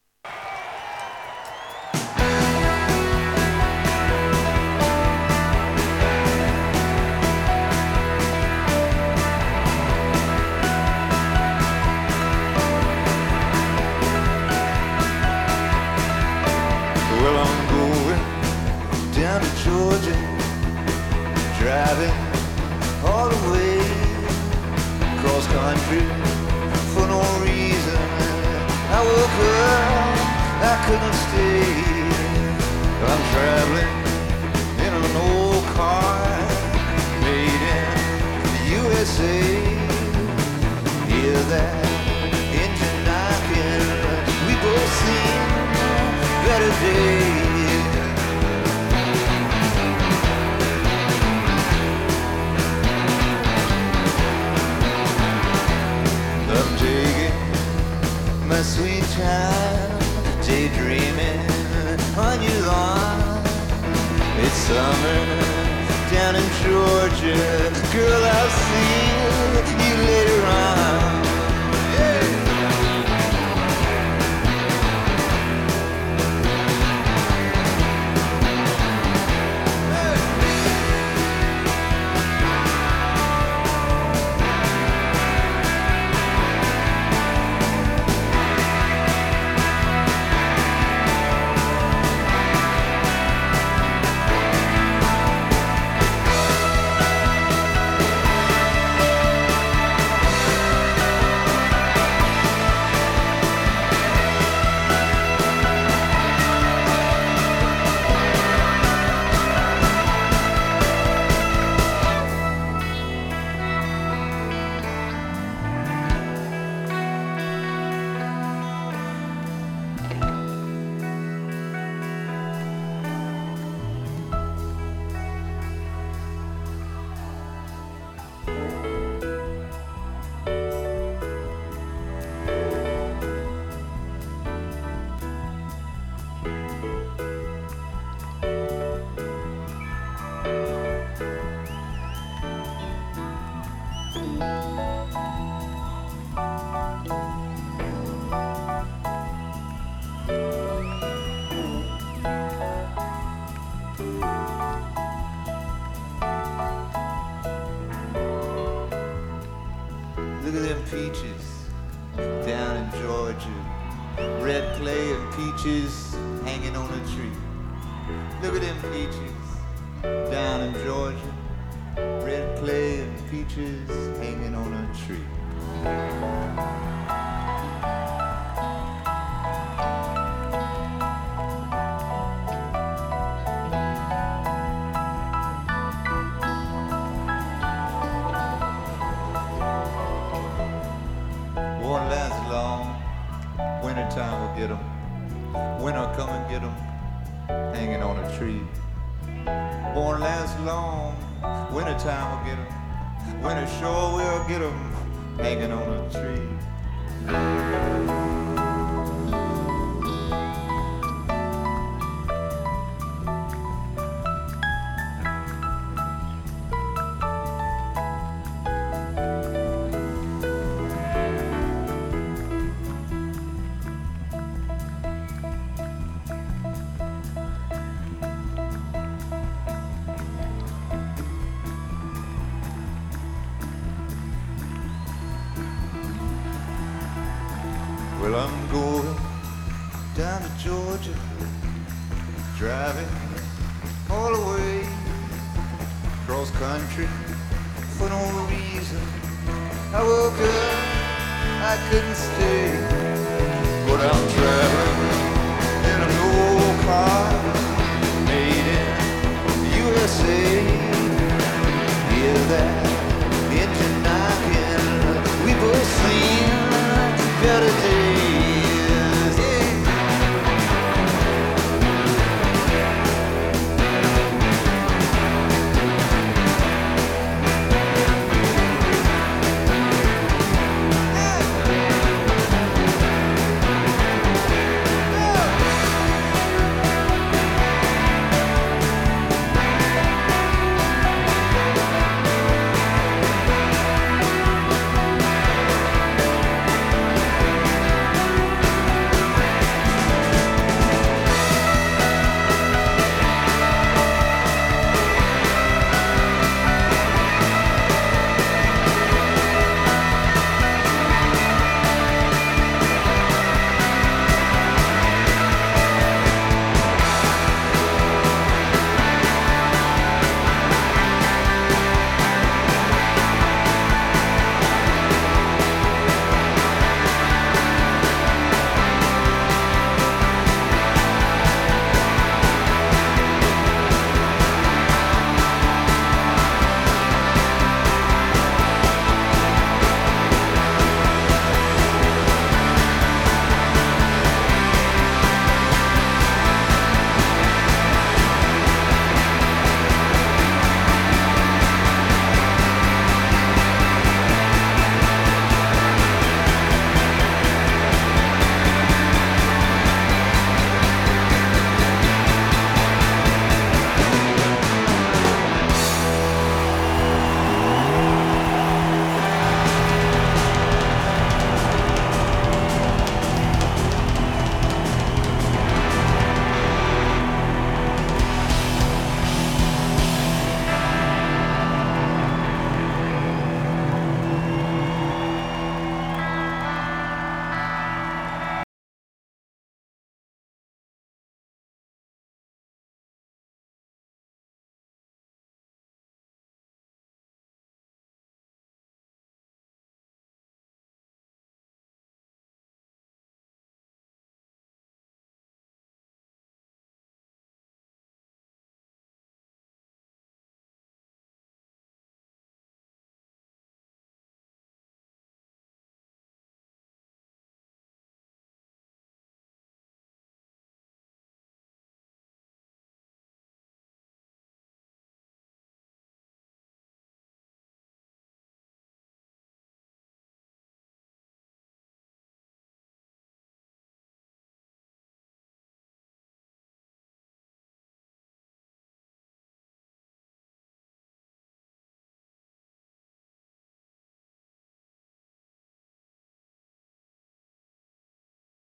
Well, I'm going down to Georgia, driving all the way cross country for no reason. I woke up, I couldn't stay. I'm traveling in an old car made in the USA. Hear that engine knocking, we both seen better days. I'm taking my sweet time, daydreaming on your lawn. It's summer down in Georgia. Girl, I'll see you later on. Look at them peaches down in Georgia. Red clay and peaches hanging on a tree. Look at them peaches down in Georgia. Red clay and peaches hanging on a tree. Won't last long, wintertime will get 'em. Winter come and get 'em, hanging on a tree. Won't last long, wintertime will get 'em. Winter sure will get 'em, hanging on a tree. Well, I'm going down to Georgia, driving all the way cross country for no reason. I woke up, I couldn't stay.